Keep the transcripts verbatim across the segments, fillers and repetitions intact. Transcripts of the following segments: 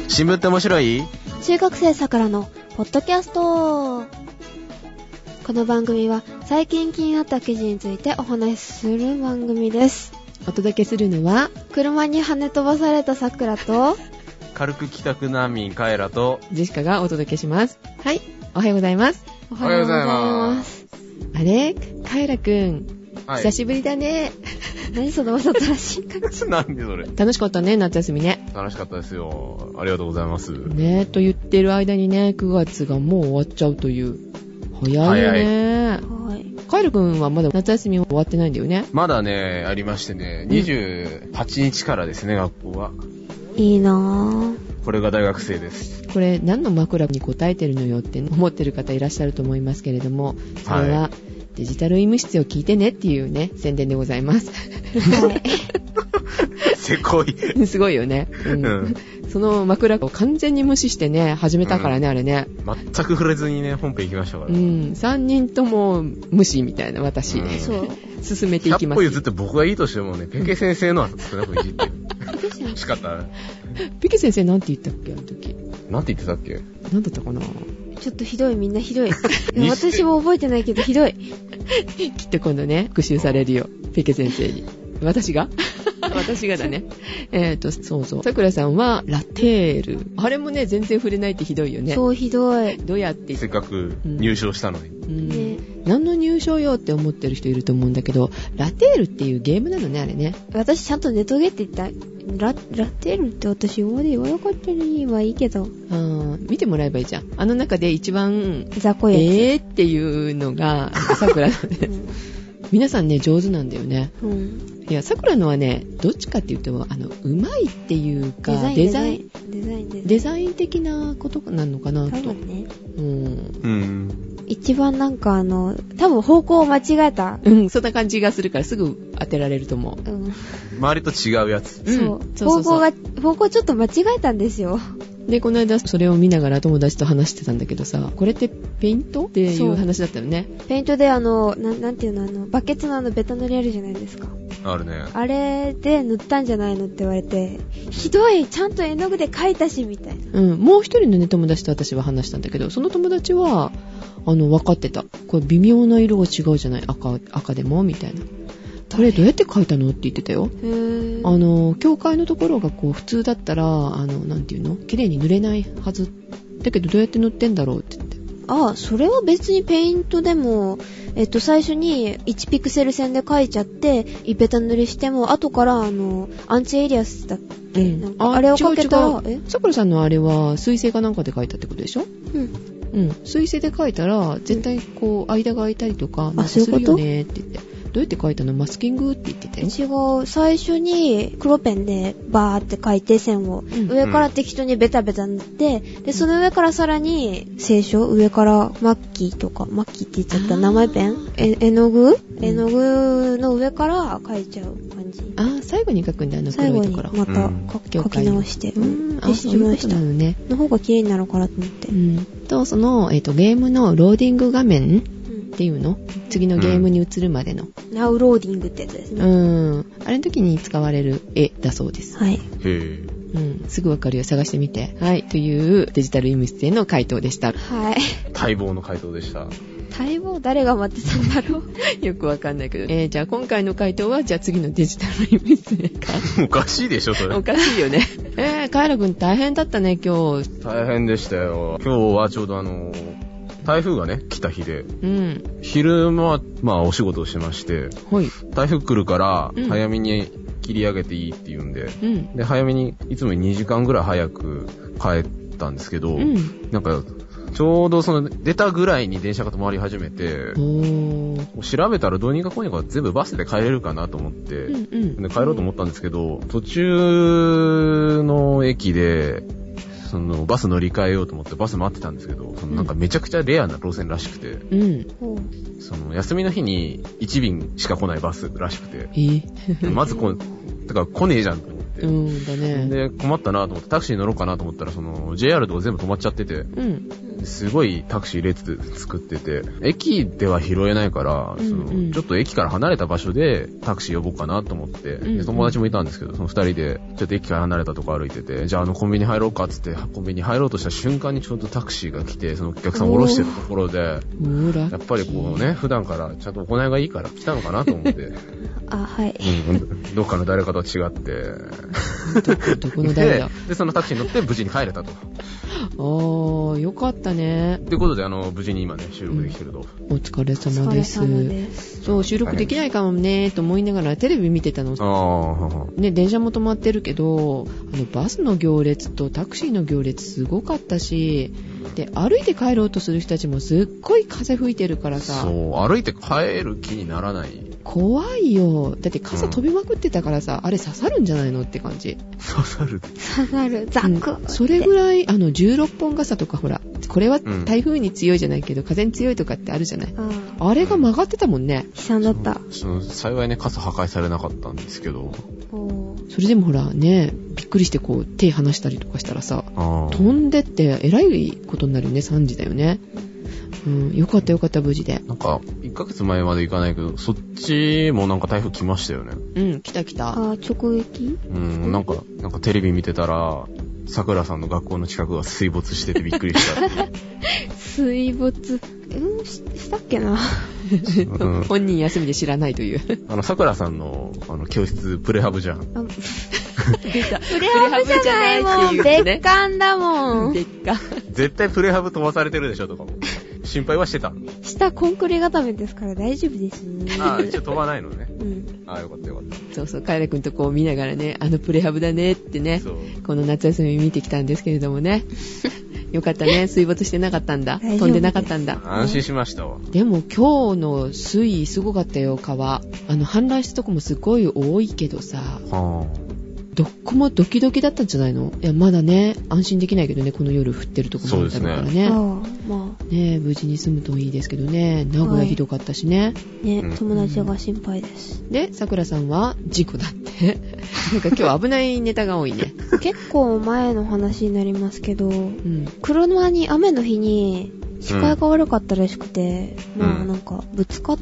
新聞って面白い？ 中学生さくらのポッドキャスト。この番組は最近気になった記事についてお話しする番組です。 お届けするのは車に跳ね飛ばされたさくらと軽く帰宅難民カエラとジェシカがお届けします。はい、おはようございます。 おはようございます。 あれ、カエラくん、 はい、 久しぶりだね。 何そのわざとらしい感じ。 何それ。 楽しかったね、夏休みね。 楽しかったですよ。ありがとうございます。 ねえと言ってる間にね、くがつがもう終わっちゃうという。早いよね。 はい。 カエルくんはまだ夏休み終わってないんだよね。 まだね、ありましてね、にじゅうはちにちからですね、学校は。 いいなぁ。 これが大学生です。 これ何の枕に答えてるのよって思ってる方いらっしゃると思いますけれども、それは、はい、デジタル医務室を聞いてねっていうね、宣伝でございます。 はい。 せこい。 すごいよね。うん。うん、その枕を完全に無視してね、始めたからね、うん、あれね。 全く触れずにね、本編行きましたから。 うん。さんにんとも無視みたいな、私。うん、そう。進めていきます。 ひゃっぽ譲って僕がいいとしてもね、ペケ先生のは少なくいじってる。欲しかった。 ペケ先生なんて言ったっけ、あの時。 なんて言ってたっけ？ なんだったかな。 ちょっとひどい、みんなひどい。私も覚えてないけどひどい。 きっと今度ね、復習されるよ、ペケ先生に。私が私がだね。えっと、そうそう。さくらさんは、ラテール。あれもね、全然触れないってひどいよね。 そう、ひどい。 どうやってせっかく入賞したのに。 うんね、何の入賞よって思ってる人いると思うんだけど、ラテールっていうゲームなのね、あれね。 私ちゃんとネトゲって言った。ラ、ラテールって私今まで言わなかったのにはいいけど。 あ見てもらえばいいじゃん。あの中で一番、 雑魚いやつ。 えーっていうのが、さくらのね。うん皆さんね、上手なんだよね。うん。いや、さくらのはね、どっちかって言うと、あの、うまいっていうか、デザイン、 デザイン、デザイン、 デザイン的なことなのかなと。多分ね。 うん。うん。 一番なんかあの、多分方向を間違えた。 うん、そんな感じがするからすぐ当てられると思う。うん。 周りと違うやつ。 そう。うん、そうそうそう方向が、方向ちょっと間違えたんですよ。 で、この間それを見ながら友達と話してたんだけどさ、これってペイントっていう話だったよね。 ペイントであの、な、なんていうのあの、バケツのあのベタ塗りあるじゃないですか。 あるね。 あれで塗ったんじゃないのって言われて、ひどいちゃんと絵の具で描いたし、みたいな。 うん、もう一人のね、友達と私は話したんだけど、その友達は、あの、分かってた。これ微妙な色が違うじゃない赤、赤でもみたいな。これどうやって描いたのって言ってたよ。へー。あの、境界のところがこう普通だったら、あの、なんていうの綺麗に塗れないはず。だけどどうやって塗ってんだろうって言って。 ああ、それは別にペイントでも、えっと、最初にいちピクセル線で描いちゃって、一ペタ塗りしても、後からあの、アンチエイリアスだっけ、うん、なんかあれを描けたら、 えさくらさんのあれは水性かなんかで描いたってことでしょ？うん。うん。水性で描いたら、絶対こう、間が空いたりとか、なんかするよねって言って。どうやって描いたの？マスキングって言ってたよ。 違う。最初に黒ペンでバーって描いて線を、うん、上から適当にベタベタ塗って、で、その上からさらに清書上からマッキーとか、マッキーって言っちゃった名前ペンえ絵の具、うん、絵の具の上から描いちゃう感じ。 ああ、最後に描くんだよ、あの黒いところ。 最後にまた、うん、描き直して。 うん。あ、そういうことなのね。 の方が綺麗になるからと思って。 うん。と、その、えっと、ゲームのローディング画面っていうの次のゲームに移るまでの、 うん、ナウローディングってやつですね。 うん。あれの時に使われる絵だそうです。 はい。へぇうん。すぐわかるよ。探してみて。はい。というデジタル医務室への回答でした。 はい。 待望の回答でした。 待望誰が待ってたんだろうよくわかんないけど。えー、じゃあ今回の回答は、じゃあ次のデジタル医務室へか。 おかしいでしょ、それ。 おかしいよね。えー、カエラくん大変だったね、今日。 大変でしたよ。今日はちょうどあの、台風がね、来た日で、うん、昼間、まあお仕事をしまして、はい、台風来るから早めに切り上げていいって言うんで、うん、で早めにいつもにじかんぐらい早く帰ったんですけど、うん、なんかちょうどその出たぐらいに電車が止まり始めて、調べたらどうにかこうにか全部バスで帰れるかなと思って、うんうん、で帰ろうと思ったんですけど、途中の駅でそのバス乗り換えようと思ってバス待ってたんですけど、そのなんかめちゃくちゃレアな路線らしくて、うん、その休みの日にいち便しか来ないバスらしくて、えー、まずこうだから来ねえじゃんと思って、うんだね、で困ったなと思ってタクシーに乗ろうかなと思ったらその ジェイアール とか全部止まっちゃってて、うん、 すごいタクシー列作ってて、駅では拾えないから、うんうん、そのちょっと駅から離れた場所でタクシー呼ぼうかなと思って、うんうん、友達もいたんですけど、その二人でちょっと駅から離れたとこ歩いてて、じゃああのコンビニ入ろうかっつってコンビニ入ろうとした瞬間にちょうどタクシーが来て、そのお客さんを降ろしてるところで、やっぱりこうね、普段からちゃんと行いがいいから来たのかなと思って。 あ、はい、 うん。どっかの誰かと違って。 どこ、どこの誰だ。 で、で、そのタクシーに乗って無事に帰れたと。 ああ、よかったね。 ということで、あの、無事に今ね、収録できてると。 うん、お疲れ様です。お疲れ様です。そう、収録できないかもね、と思いながらテレビ見てたの。ああ。ね、電車も止まってるけど、あの、バスの行列とタクシーの行列すごかったし、で、歩いて帰ろうとする人たちもすっごい風吹いてるからさ。 そう、歩いて帰る気にならない。 怖いよ。だって傘飛びまくってたからさ、うん、あれ刺さるんじゃないのって感じ。 刺さる刺さる。ザク、 うん、それぐらい、あの、じゅうろっぽん傘とかほら、これは台風に強いじゃないけど、うん、風に強いとかってあるじゃない。あれが曲がってたもんね。 悲惨だった。 その、幸いね、傘破壊されなかったんですけど。 それでもほらね、びっくりしてこう、手離したりとかしたらさ、飛んでってえらいことになるよね、さんじだよね。うん、よかったよかった、無事で。 なんか、いっかげつまえまで行かないけど、そっちもなんか台風来ましたよね。 うん、来た来た。 あ、直撃？ うん、なんか、なんかテレビ見てたら、桜さんの学校の近くが水没しててびっくりした。 水没、うん、し、したっけな。 うん、本人休みで知らないという。 あの、桜さんの、あの、教室、プレハブじゃん。 出た。 プレハブじゃないもん。別館だもん。 別館。 絶対プレハブ飛ばされてるでしょとかも。心配はしてた。 下コンクリ固めですから大丈夫です。 ああ、一応飛ばないのね。 うん。 ああ、よかったよかった。 そうそう、カエラくんとこう見ながらね、あのプレハブだねってね、この夏休み見てきたんですけれどもね。よかったね、水没してなかったんだ。飛んでなかったんだ。 安心しましたわ。 でも今日の水位すごかったよ、川。あの、氾濫したとこもすごい多いけどさ。はあ。どこもドキドキだったんじゃないの？いや、まだね、安心できないけどね、この夜降ってるとこもあったからね。そうですね。ああ、まあ。ね、無事に済むといいですけどね、名古屋ひどかったしね。はい、ね、友達が心配です。 うん、で、桜さんは事故だって。なんか今日危ないネタが多いね。 結構前の話になりますけど、うん、車に雨の日に視界が悪かったらしくて、うん、まあなんかぶつかって、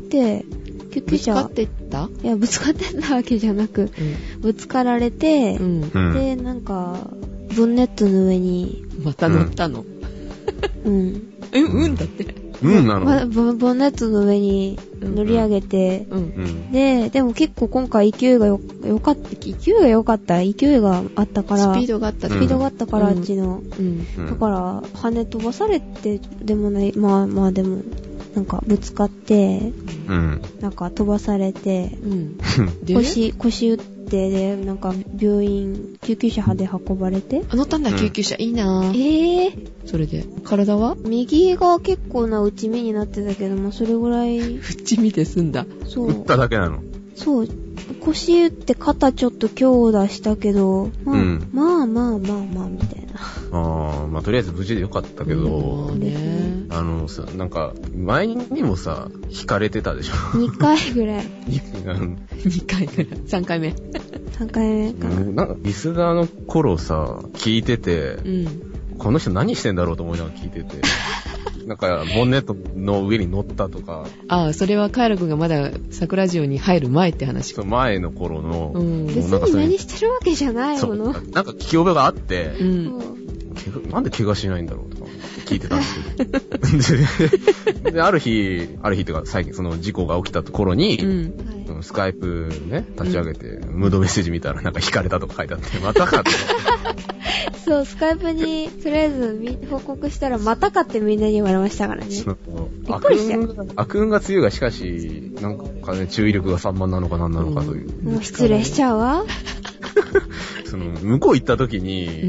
救急車。 ぶつかってったいや、ぶつかってったわけじゃなく、うん、ぶつかられて、うん、で、なんか、ボンネットの上に。 また乗ったの？ うん。 うん、うんだって。 うんなの、ま、 ボ, ボンネットの上に乗り上げて、うんうん、で、でも結構今回勢いがよ、よかった、勢いが良かった、勢いがあったから、 スピードがあった、 スピードがあったから、あっちの、うん。だから、跳ね飛ばされて、でもない、まあまあでも、なんかぶつかって、うん、なんか飛ばされて、うん、腰、腰打って、で、なんか病院、救急車で運ばれて。 あ、乗ったんだ、救急車。いいなぁ。 えぇ、ー。 それで、体は右が結構な内身になってたけども、それぐらい。 内身で済んだ。 そう。 打っただけなの？ そう。腰打って肩ちょっと強打したけど、まあ、うん、まあまあまあまあみたいな。 ああ、まあとりあえず無事でよかったけど、ね、あのさ、なんか前にもさ、引かれてたでしょ。 にかいぐらい。 にかいぐらい。さんかいめ。 さんかいめかな。 なんかリスナーの頃さ、聞いてて、うん、この人何してんだろうと思いながら聞いてて。なんか、ボンネットの上に乗ったとか。 ああ、それはカエル君がまだ桜ジオに入る前って話。 そう、前の頃の。 うん、別に何してるわけじゃないもの。 なんか聞き覚えがあって、うん、なんで怪我しないんだろうとか聞いてたんですけど。で、ある日、ある日っていうか最近その事故が起きた頃に、うん、スカイプね、立ち上げて、うん、ムードメッセージ見たらなんか引かれたとか書いてあって、またかって。 そう、スカイプに、とりあえず報告したら、またかってみんなに言われましたからね。びっくりした。 悪運が強いが、しかし、なんかね、注意力が散漫なのかなんなのかという。 うん、もう失礼しちゃうわ。 その、向こう行った時に、うん、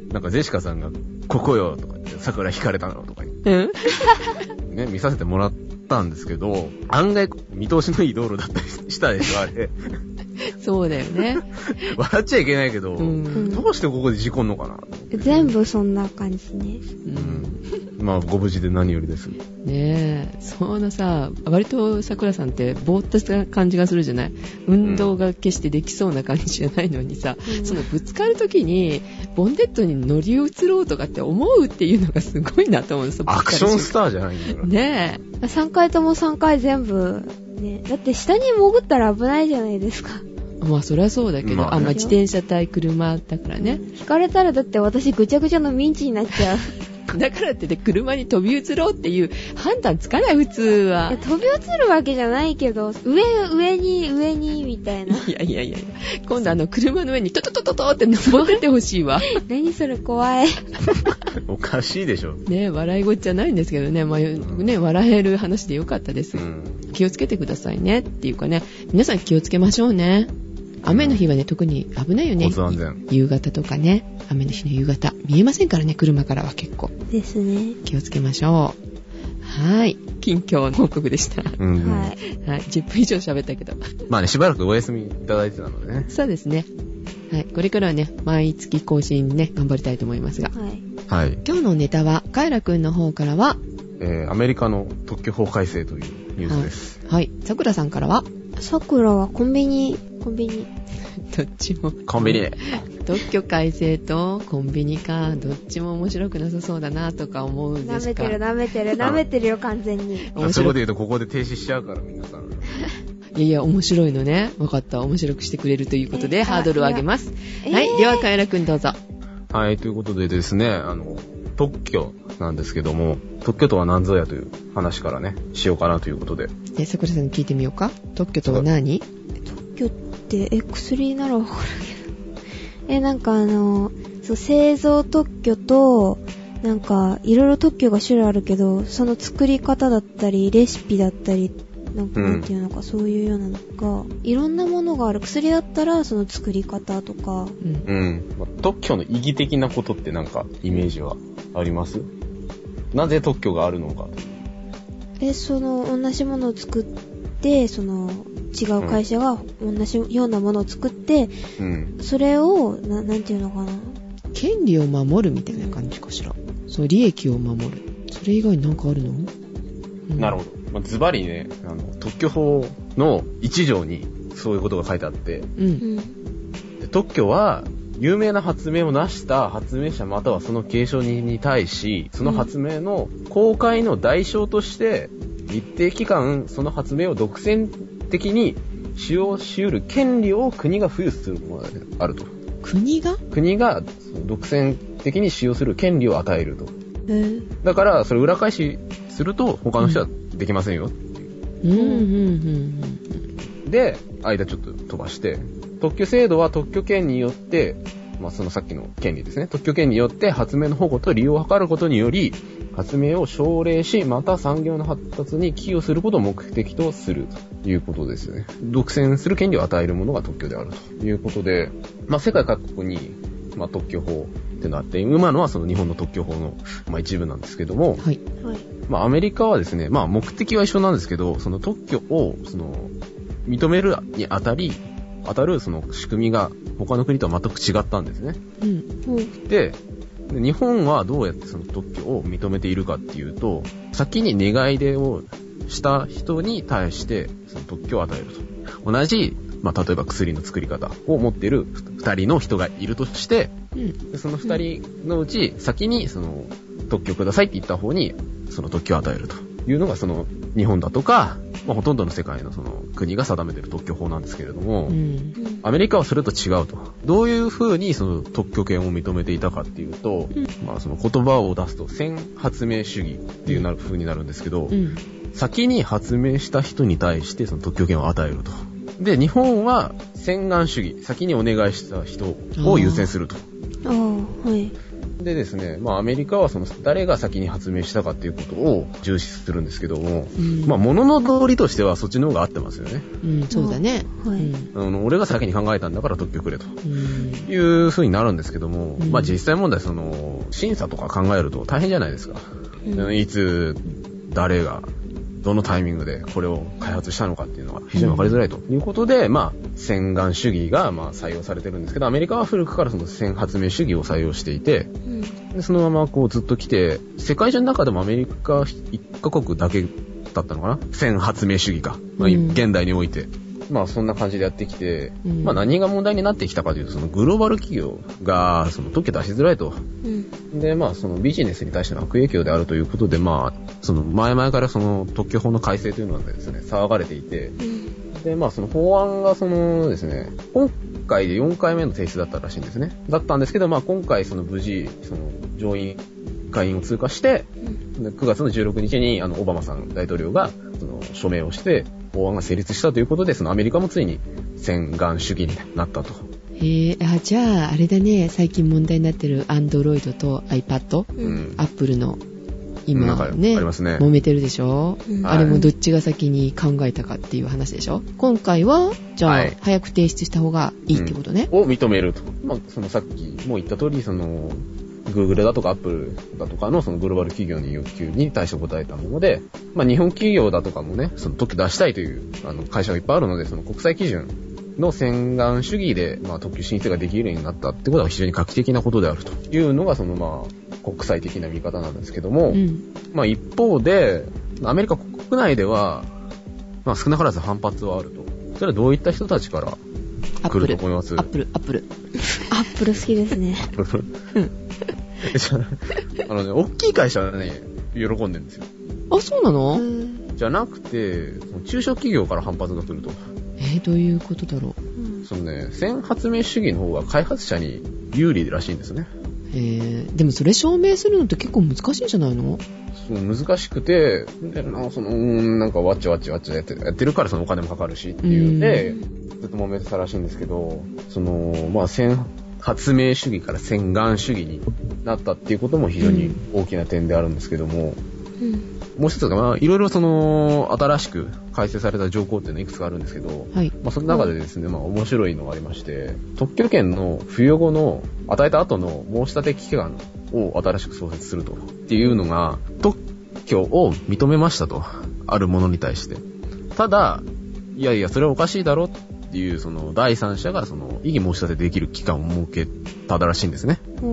なんかジェシカさんが、ここよ、とか言って、桜引かれたのとか言って、うん、ね、見させてもらったんですけど、案外、見通しのいい道路だったりしたでしょ、あれ。 そうだよね。 笑っちゃいけないけど、うん、どうしてここで事故んのかな。 全部そんな感じね。 うん。まあ、ご無事で何よりです。 ねえ、そのさ、割と桜さんってぼーっとした感じがするじゃない。運動が決してできそうな感じじゃないのにさ、うん、そのぶつかるときにボンネットに乗り移ろうとかって思うっていうのがすごいなと思うんです。 アクションスターじゃないんだから。 ねえ。さんかいともさんかい全部、ね、だって下に潜ったら危ないじゃないですか。 まあそりゃそうだけど、まあ、ね、あ、まあ、自転車対車だからね。 引かれたらだって私ぐちゃぐちゃのミンチになっちゃう。 だからってね、車に飛び移ろうっていう判断つかない、普通は。 いや、飛び移るわけじゃないけど、上、上に、上に、みたいな。 いやいやいや、今度あの、車の上にトトトトトって登ってってほしいわ。 何それ怖い。 おかしいでしょ。 ね、笑いごっちゃないんですけどね、まあ、ね、笑える話でよかったです、うん。気をつけてくださいねっていうかね、皆さん気をつけましょうね。雨の日はね、特に危ないよね。 交通安全。 夕方とかね、雨の日の夕方。見えませんからね、車からは結構。 ですね。 気をつけましょう。はい。近況報告でした。 うん、 はい。 はい。じゅっぷん以上喋ったけど。 まあね、しばらくお休みいただいてたのでね。 そうですね。はい。これからはね、毎月更新ね、頑張りたいと思いますが。 はい。 はい。 今日のネタは、カエラくんの方からは、 えー、アメリカの特許法改正というニュースです。 はい。さくらさんからは、 さくらはコンビニ、コンビニ。 どっちも。 コンビニで。 特許改正とコンビニか、どっちも面白くなさそうだなとか思うんですか。 舐めてる舐めてる舐めてるよ完全に。 そこで言うとここで停止しちゃうから皆さん。 いやいや面白いのね。分かった。面白くしてくれるということでハードルを上げます。はい、ではカエラくんどうぞ。 はい、ということでですね、あの特許なんですけども、特許とは何ぞやという話からねしようかなということで。 で、さくらさんに聞いてみようか。特許とは何？ 特許ってえ薬ならわかるけど。え、なんかあの、そう、製造特許と、なんか、いろいろ特許が種類あるけど、その作り方だったり、レシピだったり、なんか、なんていうのか、うん、そういうようなのが、いろんなものがある。薬だったら、その作り方とか。 うん。うん。特許の意義的なことってなんか、イメージはあります？なぜ特許があるのか。 え、その、同じものを作って、その、違う会社が同じようなものを作って、うん、それをな、なんていうのかな、 権利を守るみたいな感じかしら。そう、利益を守る。それ以外に何かあるの？うん、 なるほど。まあ、ズバリね、あの特許法の一条にそういうことが書いてあって、うん、で特許は有名な発明を成した発明者またはその継承人に対し、その発明の公開の代償として一定期間その発明を独占的に使用し得る権利を国が付与するものがあると。 国が国が独占的に使用する権利を与えると。へー。だからそれ裏返しすると他の人はできませんよっていう。うんうんうんうん、で、間ちょっと飛ばして、特許制度は特許権によって、まあそのさっきの権利ですね。特許権によって発明の保護と利用を図ることにより、発明を奨励し、また産業の発達に寄与することを目的とするということですよね。独占する権利を与えるものが特許であるということで、まあ世界各国に、まあ、特許法っていうのがあって、今のはその日本の特許法の、まあ、一部なんですけども、はい。まあアメリカはですね、まあ目的は一緒なんですけど、その特許をその認めるにあたり、当たるその仕組みが他の国とは全く違ったんですね。うん。で、日本はどうやってその特許を認めているかっていうと、先に願い出をした人に対してその特許を与えると。同じ、まあ、例えば薬の作り方を持っている二人の人がいるとして、うん、その二人のうち先にその特許くださいって言った方にその特許を与えるというのがその日本だとか、まあ、ほとんどの世界のその国が定めている特許法なんですけれども、うん、アメリカはそれと違うと。どういう風にその特許権を認めていたかっていうと、うん、まあその言葉を出すと先発明主義っていう風になるんですけど、うん、先に発明した人に対してその特許権を与えると。で、日本は先願主義、先にお願いした人を優先すると。ああ、はい。でですね、まあアメリカはその誰が先に発明したかっていうことを重視するんですけども、うん、まあ物の道理としてはそっちの方が合ってますよね。 うん、そうだね。はい。 あの俺が先に考えたんだから特許くれと、うん、いう風になるんですけども、うん、まあ実際問題その審査とか考えると大変じゃないですか。うん、いつ誰がどのタイミングでこれを開発したのかっていうのが非常に分かりづらいということで、うん、まあ、先願主義がまあ採用されてるんですけど、アメリカは古くからその先発明主義を採用していて、うん、でそのままこうずっと来て、世界中の中でもアメリカいっカ国だけだったのかな、先発明主義か、まあ、現代において。まあそんな感じでやってきて、うん、まあ何が問題になってきたかというと、そのグローバル企業がその特許出しづらいと、うん、でまあそのビジネスに対しての悪影響であるということで、まあその前々からその特許法の改正というのはですね騒がれていて、うん、でまあその法案がそのですね今回でよんかいめの提出だったらしいんですね。だったんですけど、まあ今回その無事その上院下院を通過して、うん、くがつのじゅうろくにちにあのオバマさん大統領がその署名をして法案が成立したということで、そのアメリカもついに先願主義になったと。 へえ、あ、じゃああれだね、最近問題になってる Android と iPad、うん、Apple の今ね、ありますね、揉めてるでしょ、うん、あれもどっちが先に考えたかっていう話でしょ。今回はじゃあ、はい、早く提出した方がいいってことね、 うん、を認めると。まあそのさっきも言った通り、そのGoogle だとか Apple だとかのそのグローバル企業の要求に対して答えたもので、まあ日本企業だとかもね、その特許出したいというあの会社がいっぱいあるので、その国際基準の先願主義でまあ特許申請ができるようになったってことは非常に画期的なことであるというのがそのまあ国際的な見方なんですけども、うん、まあ一方でアメリカ国内ではまあ少なからず反発はあると。それはどういった人たちから来ると思います？ アップル、アップル。 アップル好きですね。 あのね、大きい会社はね、喜んでるんですよ。 あ、そうなの？ じゃなくて、中小企業から反発が来ると。 えー、どういうことだろう。 うん、そのね、先発明主義の方が開発者に有利らしいんですね。 えー、でもそれ証明するのって結構難しいんじゃないの？ そう難しくて、でなんかそのうんなんかわっちゃわっちゃわっちゃやってやってるからそのお金もかかるしっていうのでずっと揉めてたらしいんですけど、そのまあ先発明主義から先願主義になったっていうことも非常に大きな点であるんですけども、うん、もう一つがまあいろいろその新しく改正された条項っていうのはいくつかあるんですけど、はい、まあその中でですね、まあ面白いのがありまして、特許権の付与後の与えた後の申し立て期間を新しく創設するとっていうのが特許を認めましたと、あるものに対して。ただいやいやそれはおかしいだろっていうその第三者がその異議申し立てできる期間を設けたらしいんですね。うん、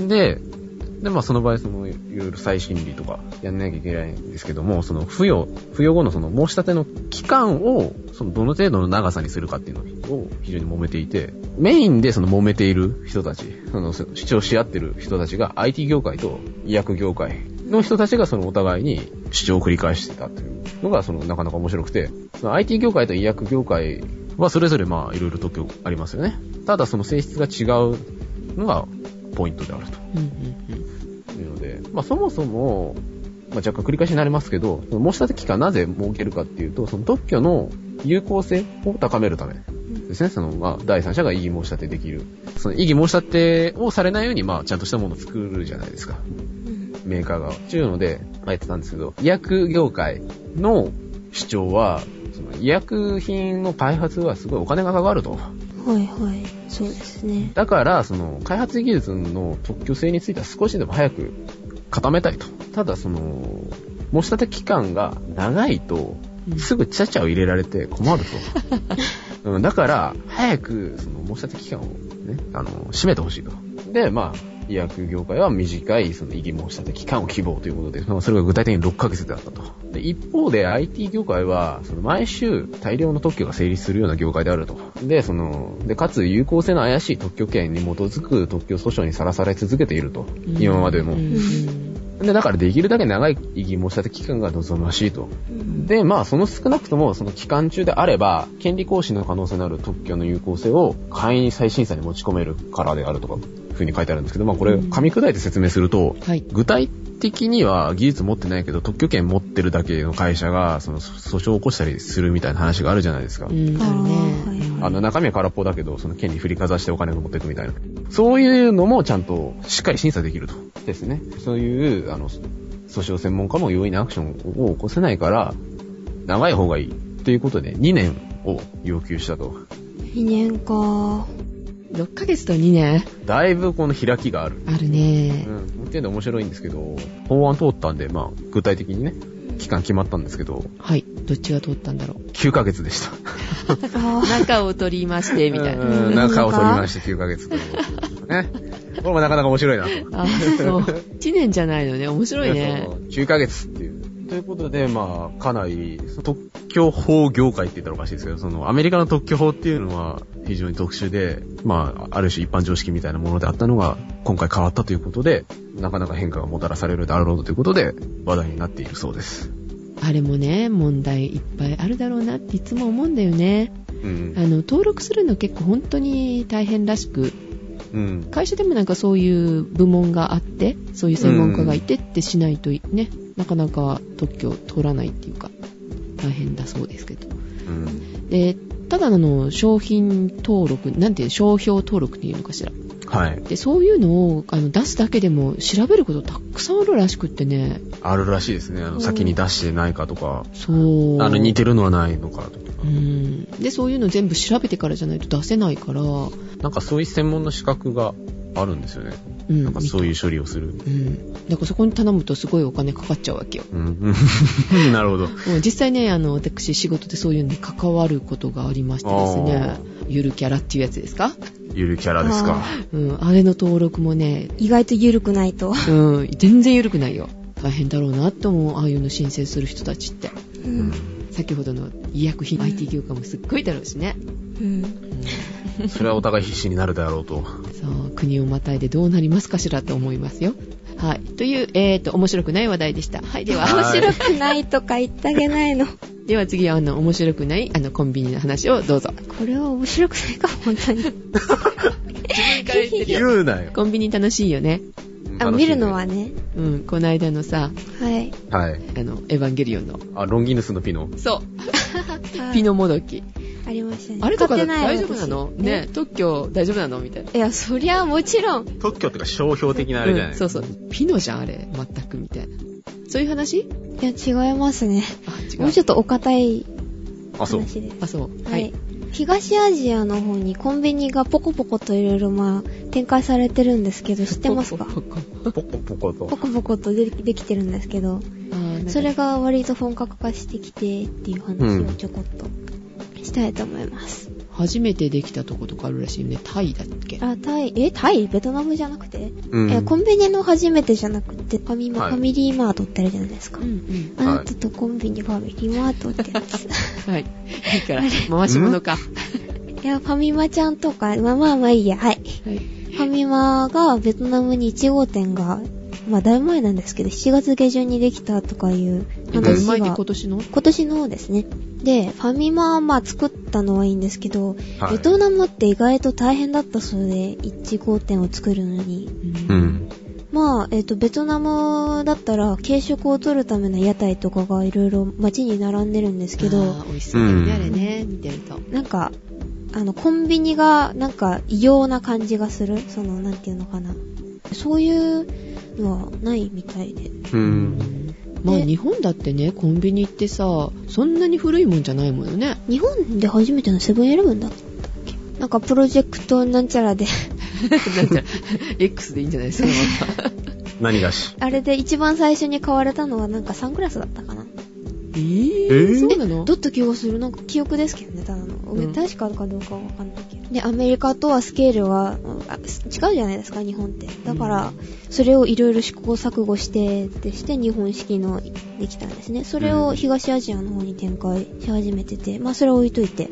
でで、まあその場合、その、いろいろ再審理とかやんなきゃいけないんですけども、その、付与、付与後のその申し立ての期間を、その、どの程度の長さにするかっていうのを非常に揉めていて、メインでその揉めている人たち、その、主張し合ってる人たちが アイティー 業界と医薬業界の人たちがそのお互いに主張を繰り返していたというのが、その、なかなか面白くて、その アイティー 業界と医薬業界はそれぞれまあ、いろいろ特許ありますよね。ただその性質が違うのがポイントであると。うんうんうんいうので、まあそもそも、まあ若干繰り返しになりますけど、その申し立て期間なぜ設けるかっていうと、その特許の有効性を高めるためですね。そのまあ第三者が異議申し立てできる。その異議申し立てをされないようにまあちゃんとしたものを作るじゃないですか。メーカーが。っていうので、まあやってたんですけど、医薬業界の主張は、その医薬品の開発はすごいお金がかかると。 はいはい。そうですね。 だから、その、開発技術の特許性については少しでも早く固めたいと。ただ、その、申し立て期間が長いと、すぐちゃちゃを入れられて困ると。うん、だから、早く、その、申し立て期間をね、あの、締めてほしいと。で、まあ、医薬業界は短い、その、異議申し立て期間を希望ということで、それが具体的にろっかげつであったと。で一方で アイティー 業界は、その、毎週大量の特許が成立するような業界であると。で、その、で、かつ有効性の怪しい特許権に基づく特許訴訟にさらされ続けていると。今までも。で、だからできるだけ長い異議申し立て期間が望ましいと。で、まあ、その少なくとも、その期間中であれば、権利行使の可能性のある特許の有効性を簡易に再審査に持ち込めるからであるとか、ふうに書いてあるんですけど、まあこれ噛み砕いて説明すると、はい、具体的には技術持ってないけど特許権持ってるだけの会社がその訴訟を起こしたりするみたいな話があるじゃないですか。うん、あの中身は空っぽだけどその権利振りかざしてお金を持っていくみたいな、そういうのもちゃんとしっかり審査できるとですね。そういうあの訴訟専門家も容易なアクションを起こせないから長い方がいいということでにねんを要求したと。 にねんか。 ろっかげつとにねんだいぶこの開きがある。 あるね。 うん。っていうの面白いんですけど、法案通ったんで、まあ、具体的にね、 期間決まったんですけど。 はい。どっちが通ったんだろう。 きゅうかげつでした。 中を取りまして、みたいな。 うん、中を取りましてきゅうかげつということでね。これもなかなか面白いなと。 あ、そう。いちねんじゃないのね。面白いね。 きゅうかげつっていう。ということで、まあ、かなり、特許法業界って言ったらおかしいですけど、その、アメリカの特許法っていうのは非常に特殊で、まあ、ある種一般常識みたいなものであったのが、今回変わったということで、なかなか変化がもたらされるだろうということで、話題になっているそうです。 あれもね、問題いっぱいあるだろうなっていつも思うんだよね。うん、あの、登録するの結構本当に大変らしく、うん、会社でもなんかそういう部門があって、そういう専門家がいてってしないとね、なかなか特許通らないっていうか、大変だそうですけど。うん、で、ただの商品登録、なんていう商標登録っていうのかしら。はい。で、そういうのをあの出すだけでも調べることたくさんあるらしくってね。 あるらしいですね。あの先に出してないかとか。そう。あの似てるのはないのかとか。 うん。で、そういうの全部調べてからじゃないと出せないから。 なんかそういう専門の資格があるんですよね。うん。なんかそういう処理をする。うん。 だからそこに頼むとすごいお金かかっちゃうわけよ。うん。 なるほど。 実際ね、あの、私仕事でそういうのに関わることがありましてですね。ゆるキャラっていうやつですか？ ゆるキャラですか。 うん。あれの登録もね、 意外とゆるくないと。 うん。全然ゆるくないよ。大変だろうなって思う。ああいうの申請する人たちって。うん。先ほどの医薬品 アイティー 業界もすっごいだろうしね。うん。 うん、それはお互い必死になるだろうと。 そう。国をまたいでどうなりますかしらと思いますよ。はい。という、えーと、面白くない話題でした。はい。では、 面白くないとか言ってあげないの。 では次は、あの、面白くない、あの、コンビニの話をどうぞ。 これは面白くないか、本当に。自分から言ってるよ。言うなよ。 コンビニ楽しいよね。 あ、見るのはね。 うん、この間のさ。 はい。 はい。 あの、エヴァンゲリオンの。 あ、ロンギヌスのピノ。 そう。ピノもどき。 ありましたね。 あれとか大丈夫なのね、特許大丈夫なのみたいな。 いや、そりゃもちろん。 特許ってか商標的なあれじゃない、うん、 そうそう。ピノじゃん、あれ。全くみたいな。そういう話？いや、違いますね。あ、違う。もうちょっとお堅い話です。 あ、そう。あ、そう。 はい。東アジアの方にコンビニがポコポコといろいろまあ展開されてるんですけど、知ってますか？ ポコポコと。 ポコポコとでできてるんですけど、それが割と本格化してきてっていう話をちょこっとしたいと思います。 うん、初めてできたとことかあるらしいね。タイだっけ？ あ、タイ、え、タイ？ベトナムじゃなくて、うん、え、コンビニの初めてじゃなくて、ファミマ、はい、ファミリーマートってあるじゃないですか。うんうん、あなたとコンビニファミリーマートってやつ。 はい。いいから、回し物か。 いや、ファミマちゃんとか、まあまあまあいいや、はい。はい、ファミマがベトナムにいち号店が、まあだいぶ前なんですけど、しちがつ下旬にできたとかいう話が。 今年の今年のですね。で、ファミマはまあ作ったのはいいんですけど、はい、ベトナムって意外と大変だったそうで、いち号店を作るのに。うん、まあ、えっと、ベトナムだったら軽食を取るための屋台とかがいろいろ街に並んでるんですけど。あー、美味しそうだよね、あれね、見てると。 なんか、あの、コンビニがなんか異様な感じがする。その、なんていうのかな。そういうのはないみたいで。うん。 まあ日本だってね、コンビニってさ、そんなに古いもんじゃないもんよね。 日本で初めてのセブンイレブンだったっけ？なんかプロジェクトなんちゃらで。 なんちゃら、X でいいんじゃないですか。 何がし。 あれで一番最初に買われたのはなんかサングラスだったかな。 えー、えー、そうなの？ だった気がする。なんか記憶ですけどね、ただの。うん、確かかどうかはわかんないけど。で、アメリカとはスケールは違うじゃないですか、日本って。だから、それをいろいろ試行錯誤してってして日本式のできたんですね。それを東アジアの方に展開し始めてて、まあそれを置いといて。うん、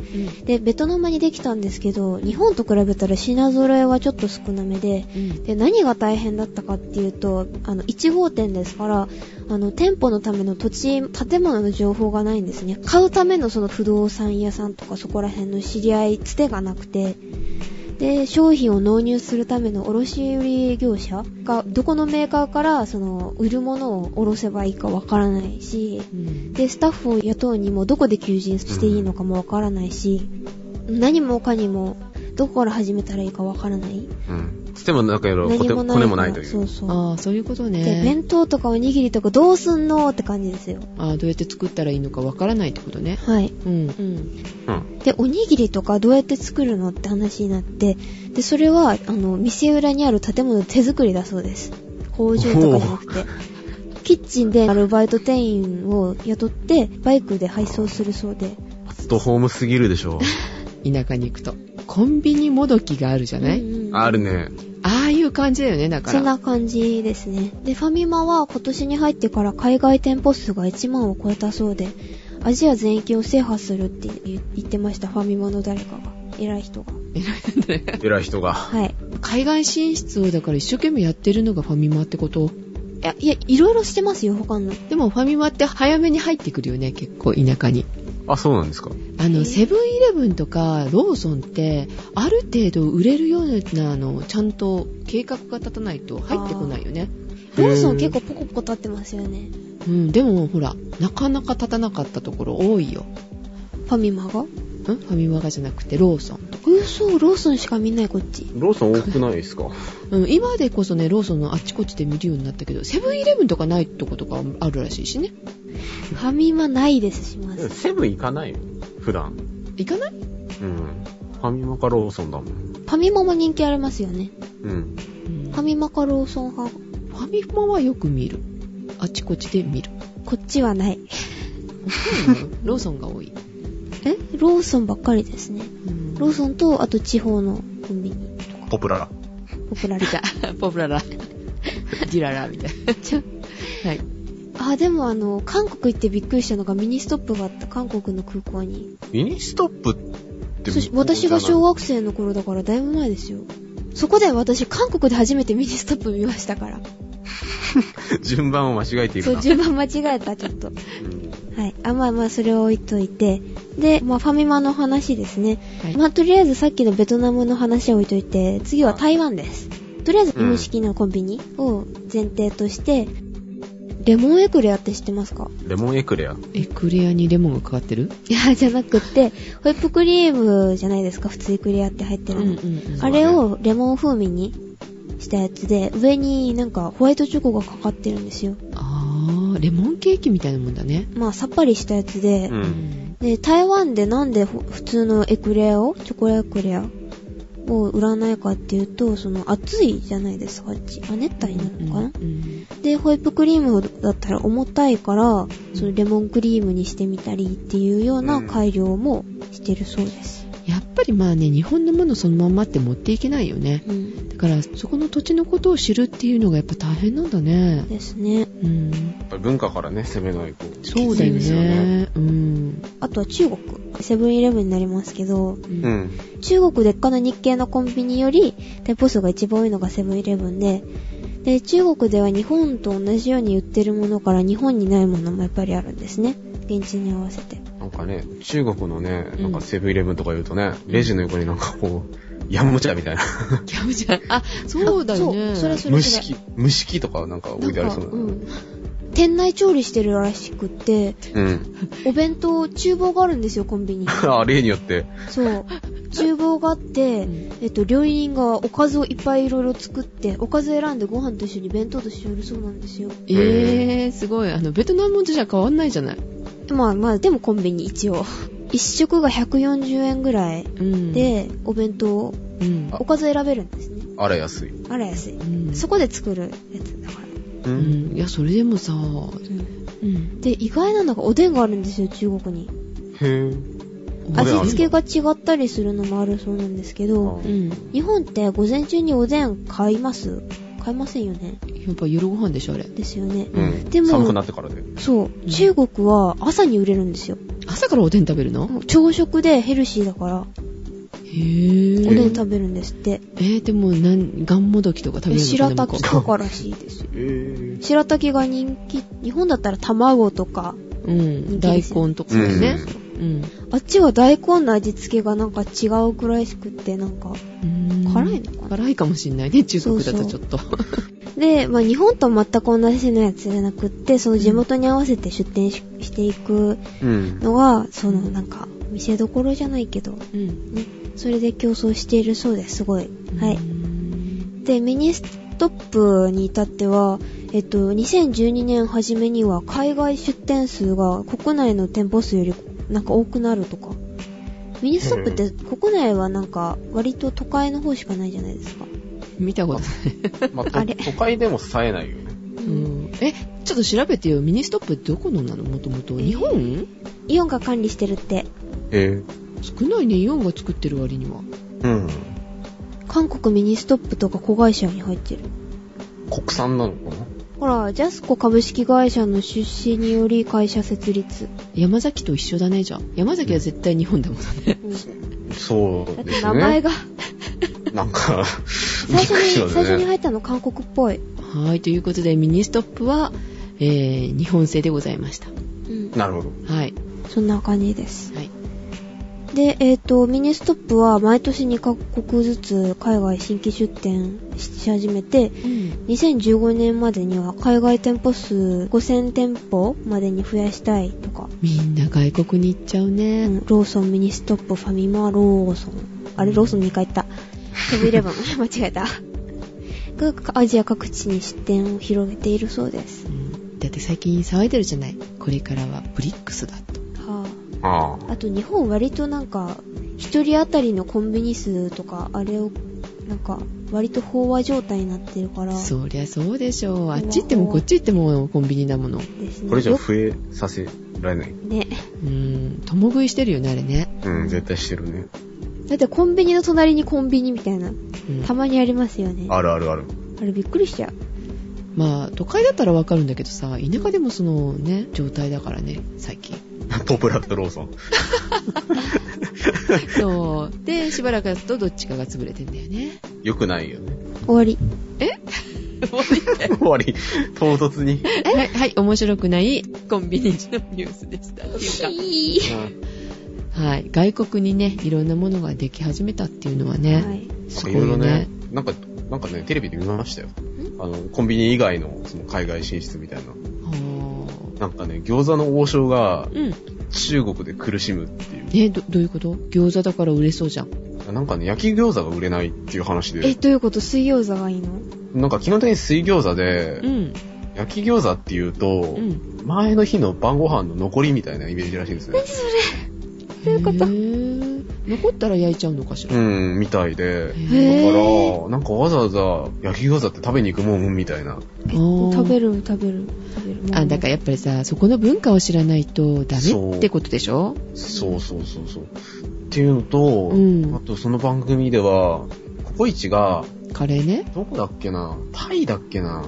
で、ベトナムにできたんですけど、日本と比べたら品揃えはちょっと少なめで、うん、で、何が大変だったかっていうと、あの、いち号店ですから、あの、店舗のための土地、建物の情報がないんですね。買うためのその不動産屋さんとかそこら辺の知り合い、つてがなくて、で、商品を納入するための卸売業者が、どこのメーカーからその、売るものを卸せばいいかわからないし、うん、で、スタッフを雇うにもどこで求人していいのかもわからないし、何もかにも、どこから始めたらいいかわからない。うん。 つってもなんかやろ、骨もないという。 そうそう。ああ、そういうことね。 で、弁当とかおにぎりとかどうすんのって感じですよ。 ああ、どうやって作ったらいいのかわからないってことね。 はい。うん。うん。で、おにぎりとかどうやって作るのって話になって、で、それは、あの、店裏にある建物で手作りだそうです。工場とかじゃなくて。 キッチンでアルバイト店員を雇ってバイクで配送するそうで。 アットホームすぎるでしょ。 田舎に行くとコンビニもどきがあるじゃない、 うんうん、あるね。 ああいう感じだよね。だからそんな感じですね。でファミマは今年に入ってから海外店舗数がいちまんを超えたそうで、アジア全域を制覇するって言ってました。ファミマの誰かが、偉い人が偉い偉い人が、 はい、 海外進出をだから一生懸命やってるのがファミマってこと？ いやいや、いろいろしてますよ他の。 でもファミマって早めに入ってくるよね、結構田舎に。 あ、そうなんですか。 あのセブンイレブンとかローソンってある程度売れるようなのちゃんと計画が立たないと入ってこないよね。 ローソン結構ポコポコ立ってますよね。 うん、でもほらなかなか立たなかったところ多いよ。 ファミマが？ん？ ファミマがじゃなくてローソンとか。 うそ、ローソンしか見ないこっち。 ローソン多くないですか？ うん、今でこそねローソンのあっちこっちで見るようになったけど、セブンイレブンとかないとことかあるらしいしね。 ファミマないですします。 セブン行かないよ普段。 行かない？うん。 ファミマかローソンだもん。 ファミマも人気ありますよね。 うん。うん、 ファミマかローソン派。 ファミマはよく見る。あっちこっちで見る。 こっちはない。 ローソンが多い。 え？ローソンばっかりですね。うん、ローソンとあと地方のコンビニとか。 ポプララ。 ポプララ。 ポプララ。ディララみたいな。ちょはい。 あ、でもあの韓国行ってびっくりしたのがミニストップがあった。韓国の空港に。 ミニストップって私が小学生の頃だからだいぶ前ですよ。そこで私韓国で初めてミニストップ見ましたから。 順番を間違えているな。 そう、順番間違えたちょっと、うん、はい。あ、まあまあそれを置いといて、で、まあファミマの話ですね、はい、まあとりあえずさっきのベトナムの話を置いといて、次は台湾です。とりあえず今式のコンビニを前提として、うん、レモンエクレアって知ってますか？ レモンエクレア？ エクレアにレモンがかかってる？ いや、じゃなくてホイップクリームじゃないですか、普通エクレアって入ってるの、うんうんうん、あれをレモン風味にしたやつで、上になんかホワイトチョコがかかってるんですよ。 あー、レモンケーキみたいなもんだね。 まあさっぱりしたやつで、うん、で台湾でなんで普通のエクレアをチョコレエクレアを売らないかっていうと、その熱いじゃないですか、あっち。あ、熱帯になるのかな、うんうん、でホイップクリームだったら重たいから、そのレモンクリームにしてみたりっていうような改良もしてるそうです。 やっぱりまあね、日本のものそのまんまって持っていけないよね、うん、だからそこの土地のことを知るっていうのがやっぱ大変なんだね。 ですね、 うん、 やっぱり文化からね攻めないと。 そうだよね、うん、 あとは中国セブンイレブンになりますけど、うん、中国でっかな日系のコンビニより店舗数が一番多いのがセブンイレブンで、で中国では日本と同じように売ってるものから日本にないものもやっぱりあるんですね、現地に合わせて。 なんかね、中国のね、なんかセブンイレブンとか言うとね、うん、レジの横になんかこう、ヤムチャみたいな。 ヤムチャ、あ、そうだよね。 そう、それそれそれ。 蒸し器、蒸し器とかなんか置いてありそうな。うん、 店内調理してるらしくって、うん、お弁当、厨房があるんですよ、コンビニに。 あ、例によって。 そう。厨房があって、うん、えっと、料理人がおかずをいっぱいいろいろ作って、おかず選んでご飯と一緒に弁当としてやるそうなんですよ。 えー、すごい。あの、ベトナムとじゃ変わんないじゃない。 まあまあ、でもコンビニ一応。一食がひゃくよんじゅうえんぐらいで、うん、お弁当、うん、おかず選べるんですね。 あら安い。 あら安い。うん、そこで作るやつだから。 うん。いや、それでもさ、うんうん、で、意外なのがおでんがあるんですよ、中国に。 へぇ。 味付けが違ったりするのもあるそうなんですけど、うん、日本って午前中におでん買います？買いませんよね。 やっぱ夜ご飯でしょ、あれ。 ですよね。 うん、でも寒くなってからで。 そう、うん、中国は朝に売れるんですよ。 朝からおでん食べるの？ 朝食でヘルシーだから。 へぇー。 おでん食べるんですって。 えー、でもなん、ガンモドキとか食べるのかな？ 白滝とからしいですよ。えー、白滝が人気、日本だったら卵とか、 うん、大根とかね。 うんうん、あっちは大根の味付けがなんか違うくらいしくって、なんか辛いのかな。 辛いかもしんないね、中国だとちょっと。そうそうで、まあ日本と全く同じのやつじゃなくって、その地元に合わせて出店 し,、うん、していくのが、うん、そのなんか店どころじゃないけど、うんね、それで競争しているそうです、すごい。はい。で、ミニストップに至っては、えっと、にせんじゅうにねん初めには海外出店数が国内の店舗数よりなんか多くなるとか。ミニストップって国内はなんか割と都会の方しかないじゃないですか。 見たことない。 まあ、あれ都会でも冴えないよね。 うん、え、 ちょっと調べてよ。ミニストップどこのなの？もともと日本？ イオンが管理してるって。 えー、 少ないね、イオンが作ってる割には。 うん。 韓国ミニストップとか子会社に入ってる。 国産なのかな？ ほら、ジャスコ株式会社の出資により会社設立。 山崎と一緒だね、じゃあ。山崎は絶対日本だもんね。 うん、そうですね。 名前がなんか最初に、ね、最初に入ったの韓国っぽい。 はい、ということでミニストップは、えー、日本製でございました。うん、 なるほど。 はい。 そんな感じです。 はい。 で、えっと、ミニストップは毎年にカ国ずつ海外新規出店し始めて、うん、にせんじゅうごねんまでには海外店舗数ごせんてんぽまでに増やしたいとか。 みんな外国に行っちゃうね。うん、 ローソン、ミニストップ、ファミマ、ローソン。あれ、ローソンにかい行った。セブンイレブン。間違えた。アジア各地に出店を広げているそうです。 うん、だって最近騒いでるじゃない。これからはブリックスだと。 はあ、あ, あと日本割となんか一人当たりのコンビニ数とかあれをなんか割と飽和状態になってるから。 そりゃそうでしょう。あっち行ってもこっち行ってもコンビニだものですね。 これじゃ増えさせられないね。 うーん、共食いしてるよねあれね。 うん、絶対してるね。 だってコンビニの隣にコンビニみたいな、うん、たまにありますよね。 あるあるある。 あれびっくりしちゃう。 まあ都会だったらわかるんだけどさ、田舎でもそのね状態だからね最近。 ポプラとローソン。 そうでしばらくだとどっちかが潰れてんだよね。 よくないよね。 終わり。 え終わり終わり。唐突に。 はいはい面白くないコンビニのニュースでしたっていうか。はい、外国にねいろんなものができ始めたっていうのはね、はい、すごいね。いろいろね、 なんかなんかねテレビで見ましたよ。あのコンビニ以外のその海外進出みたいな。なんかね餃子の王将が中国で苦しむっていう。うん、 え ど, どういうこと？餃子だから売れそうじゃん。 なんかね焼き餃子が売れないっていう話で。 えどういうこと？水餃子がいいの？ なんか基本的に水餃子で、 うん、 焼き餃子っていうと、うん、前の日の晩ご飯の残りみたいなイメージらしいんですね。 何それ？どういうこと？ 残ったら焼いちゃうのかしら。 うんみたいで、だからなんかわざわざ焼き餃子って食べに行くもんみたいな。 食べる食べる食べる。 あだからやっぱりさそこの文化を知らないとダメってことでしょ。 そうそうそうそうっていうのと、うん、あとその番組ではココイチがカレーねどこだっけなタイだっけな、うん、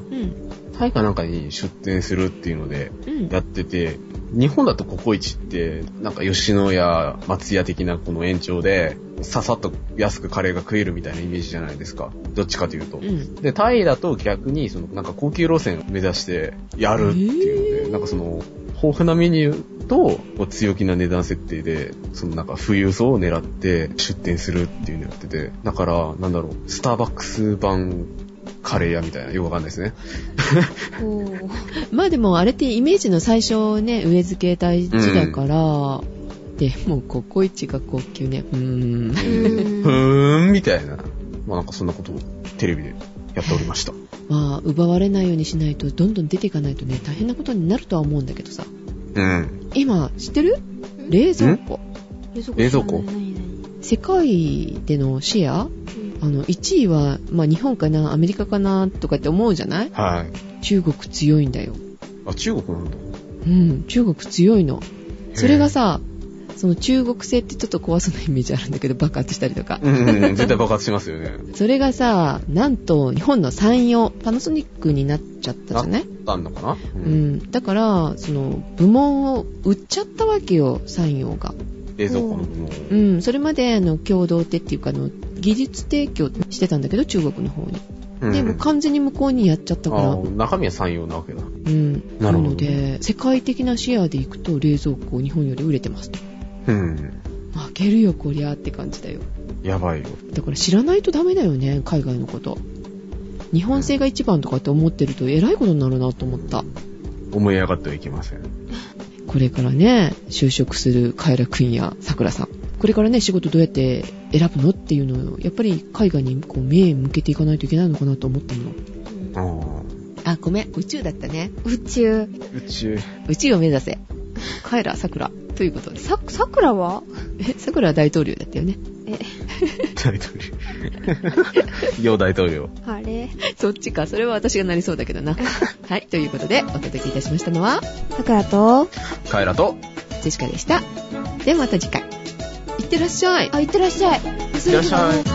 タイかなんかに出店するっていうのでやってて、うん、日本だとココイチってなんか吉野家松屋的なこの延長でささっと安くカレーが食えるみたいなイメージじゃないですか。どっちかというと、うん、でタイだと逆にそのなんか高級路線を目指してやるっていうので、えー、なんかその豊富なメニューと強気な値段設定でそのなんか富裕層を狙って出店するっていうのをやってて、だからなんだろうスターバックス版カレー屋みたいなよくわかんないですね。 まあでもあれってイメージの最初ね植え付け大事だから、うん、でもココイチが高級ねうーんふーんみたいな、まあなんかそんなことをテレビでやっておりました。 まあ奪われないようにしないとどんどん出ていかないとね大変なことになるとは思うんだけどさ。 うん。 今知ってる？冷蔵庫。 冷蔵庫。 世界でのシェア、うん、あのいちいはまあ日本かなアメリカかなとかって思うじゃない？ はい。 中国強いんだよ。 あ中国なんだ。 うん、中国強いの。それがさ、その中国製ってちょっと怖そうなイメージあるんだけど爆発したりとか。 うん、うん、絶対爆発しますよね。 それがさ、なんと日本の山陽パナソニックになっちゃったじゃない？ なったのかな？ うん、うん、だからその部門を売っちゃったわけよ山陽が。 冷蔵庫の部門。 うん、それまであの共同手っていうかの技術提供してたんだけど中国の方に。うん、でも完全に向こうにやっちゃったから。 中身は山陽なわけだ。うん。なるほど。なので世界的なシェアでいくと冷蔵庫日本より売れてますと。 うん。 負けるよこりゃって感じだよ。 やばいよ。 だから知らないとダメだよね海外のこと。日本製が一番とかって思ってるとえらいことになるなと思った。 思い上がってはいけません。 これからね就職するカエラくんやさくらさん、これからね仕事どうやって選ぶのっていうのをやっぱり海外にこう目向けていかないといけないのかなと思ってるの。ああごめん宇宙だったね。 宇宙宇宙宇宙を目指せカエラさくらということで。 さ、さくらはえ、さくらは大統領だったよね。 え大統領。楊大統領。 あれそっちか。それは私がなりそうだけどな。はい。ということで、お届けいたしましたのは、 さくらと、 カエラと、 ジェシカでした。ではまた次回。いってらっしゃい。 あ、いってらっしゃい。 いってらっしゃい。